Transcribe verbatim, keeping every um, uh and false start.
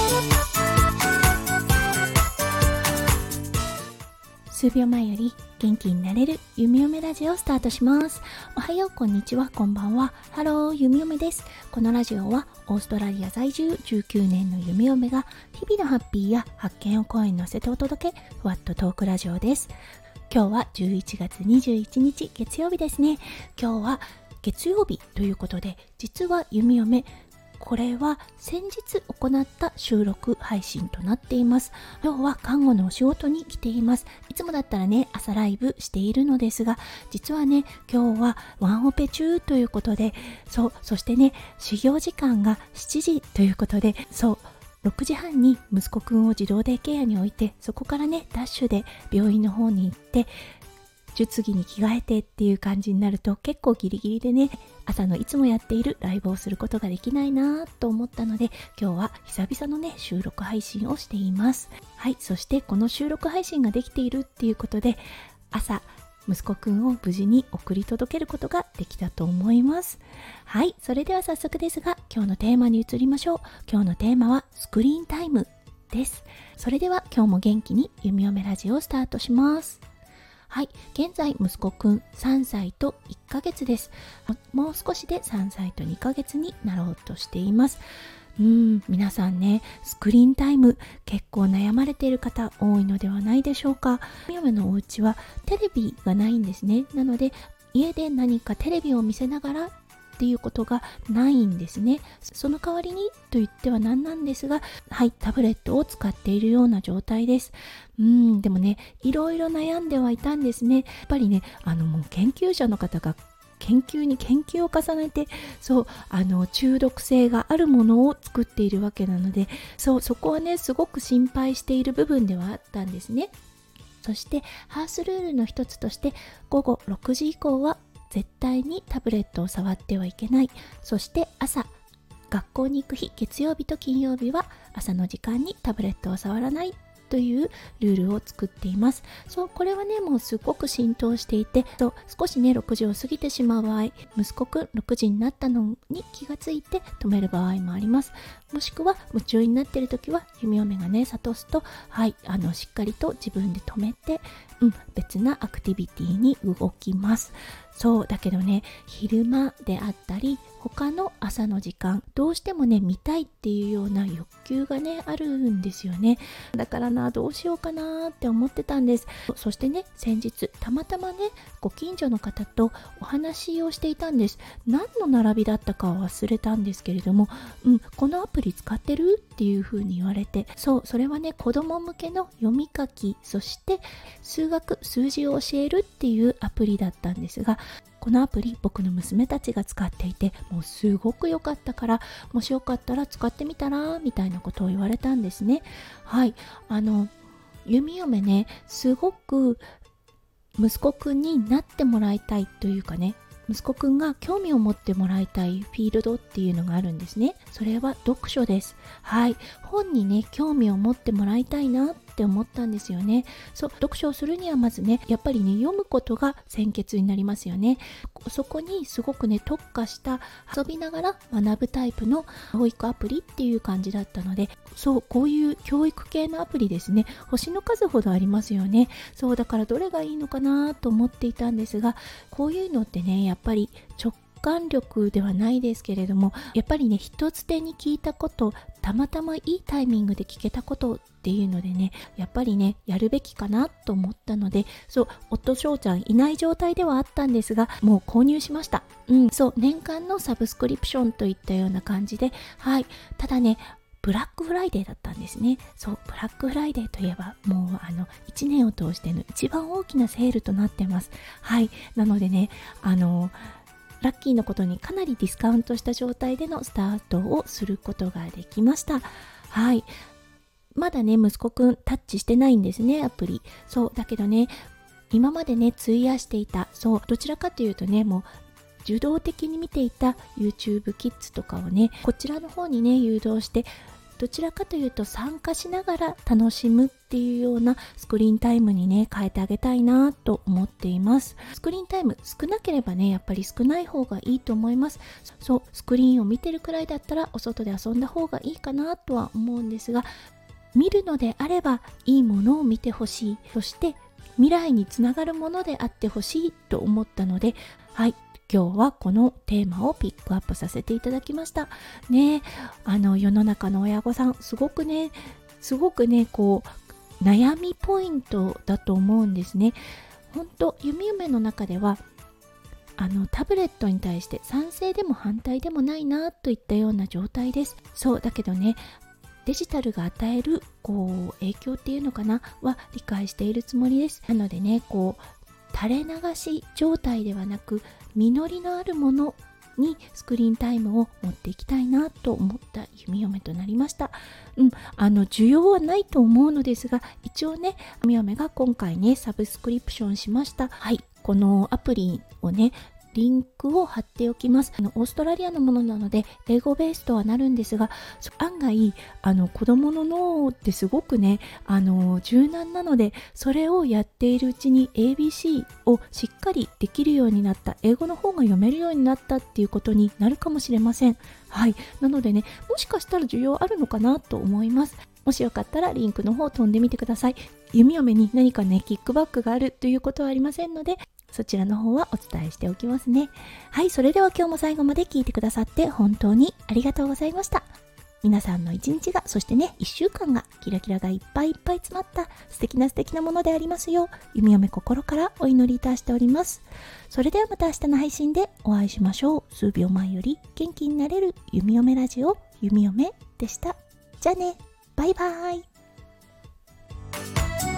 数秒前より元気になれるゆみおめラジオをスタートします。おはよう、こんにちは、こんばんは。ハロー、ゆみおめです。このラジオはオーストラリア在住じゅうきゅうねんのゆみおめが日々のハッピーや発見を声に乗せてお届け、ふわっとトークラジオです。今日はじゅういちがつにじゅういちにち月曜日ですね。今日は月曜日ということで、実はゆみおめこれは先日行った収録配信となっています。今日は看護のお仕事に来ています。いつもだったらね、朝ライブしているのですが、実はね、今日はワンオペ中ということで、そう、そしてね、始業時間がしちじということで、そう、ろくじはんに息子くんを児童デイケアに置いて、そこからね、ダッシュで病院の方に行って、術着に着替えてっていう感じになると結構ギリギリでね、朝のいつもやっているライブをすることができないなと思ったので、今日は久々のね収録配信をしています。はい、そしてこの収録配信ができているっていうことで、朝息子くんを無事に送り届けることができたと思います。はい、それでは早速ですが、今日のテーマに移りましょう。今日のテーマはスクリーンタイムです。それでは今日も元気にゆみおめラジオをスタートします。はい、現在息子くんさんさいといっかげつです。もう少しでさんさいとにかげつになろうとしています。うーん、皆さんね、スクリーンタイム結構悩まれている方多いのではないでしょうか。みおめのお家はテレビがないんですね。なので家で何かテレビを見せながらっていうことがないんですね。その代わりにと言ってはなんなんですが、はい、タブレットを使っているような状態です。うーん、でもね、いろいろ悩んではいたんですね。やっぱりね、あのもう研究者の方が研究に研究を重ねて、そうあの中毒性があるものを作っているわけなので、そうそこはねすごく心配している部分ではあったんですね。そしてハースルールの一つとして、ごごろくじ以降は絶対にタブレットを触ってはいけない。そして朝学校に行く日、月曜日と金曜日は朝の時間にタブレットを触らないというルールを作っています。そう、これはねもうすごく浸透していて、そう少しねろくじを過ぎてしまう場合、息子くんろくじになったのに気がついて止める場合もあります。もしくは夢中になっている時はゆみおめがね諭すと、はいあのしっかりと自分で止めて、うん、別なアクティビティに動きます。そうだけどね、昼間であったり他の朝の時間、どうしてもね見たいっていうような欲求がねあるんですよね。だからな、どうしようかなって思ってたんです。そしてね、先日たまたまねご近所の方とお話をしていたんです。何の並びだったかは忘れたんですけれども、うん、このアプリ使ってるっていう風に言われて、そうそれはね子供向けの読み書き、そして数学数字を教えるっていうアプリだったんですが、このアプリ僕の娘たちが使っていて、もうすごく良かったから、もしよかったら使ってみたらみたいなことを言われたんですね。はい、あのゆみおめね、すごく息子くんになってもらいたいというかね、息子くんが興味を持ってもらいたいフィールドっていうのがあるんですね。それは読書です。はい、本にね興味を持ってもらいたいなって思ったんですよね。そう、読書をするにはまずねやっぱりね読むことが先決になりますよね。そこにすごくね特化した遊びながら学ぶタイプの教育アプリっていう感じだったので、そうこういう教育系のアプリですね、星の数ほどありますよね。そうだからどれがいいのかなと思っていたんですが、こういうのってねやっぱり直感力ではないですけれども、やっぱりね一つ手に聞いたこと、たまたまいいタイミングで聞けたことっていうのでね、やっぱりねやるべきかなと思ったので、そう夫翔ちゃんいない状態ではあったんですが、もう購入しました。うん、そう年間のサブスクリプションといったような感じで、はい、ただねブラックフライデーだったんですね。そうブラックフライデーといえばもうあのいちねんを通しての一番大きなセールとなってます。はい、なのでねあのラッキーなことにかなりディスカウントした状態でのスタートをすることができました。はい、まだね息子くんタッチしてないんですね、アプリ。そうだけどね、今までね費やしていた、そうどちらかというとねもう受動的に見ていた YouTube キッズとかをねこちらの方にね誘導して、 どちらかというと参加しながら楽しむっていうようなスクリーンタイムにね変えてあげたいなと思っています。スクリーンタイム少なければねやっぱり少ない方がいいと思います。そうスクリーンを見てるくらいだったらお外で遊んだ方がいいかなとは思うんですが、見るのであればいいものを見てほしい、そして未来につながるものであってほしいと思ったので、はい今日はこのテーマをピックアップさせていただきましたね。あの世の中の親御さんすごくねすごくねこう悩みポイントだと思うんですね。本当弓嫁の中ではあのタブレットに対して賛成でも反対でもないなといったような状態です。そうだけどねデジタルが与えるこう影響っていうのかなは理解しているつもりです。なのでねこう垂れ流し状態ではなく実りのあるものにスクリーンタイムを持っていきたいなと思った弓嫁となりました。うん、あの需要はないと思うのですが、一応ね弓嫁が今回ねサブスクリプションしました。はい、このアプリをねリンクを貼っておきます。あのオーストラリアのものなので英語ベースとはなるんですが、案外あの子供の脳ってすごくねあの柔軟なので、それをやっているうちに エービーシー をしっかりできるようになった、英語の方が読めるようになったっていうことになるかもしれません。はい、なのでねもしかしたら需要あるのかなと思います。もしよかったらリンクの方を飛んでみてください。弓嫁に何かねキックバックがあるということはありませんので、そちらの方はお伝えしておきますね。はい、それでは今日も最後まで聞いてくださって本当にありがとうございました。皆さんの一日が、そしてねいっしゅうかんがキラキラがいっぱいいっぱい詰まった素敵な素敵なものでありますよう、弓嫁心からお祈りいたしております。それではまた明日の配信でお会いしましょう。数秒前より元気になれる弓嫁ラジオ、弓嫁でした。じゃあね、バイバイ。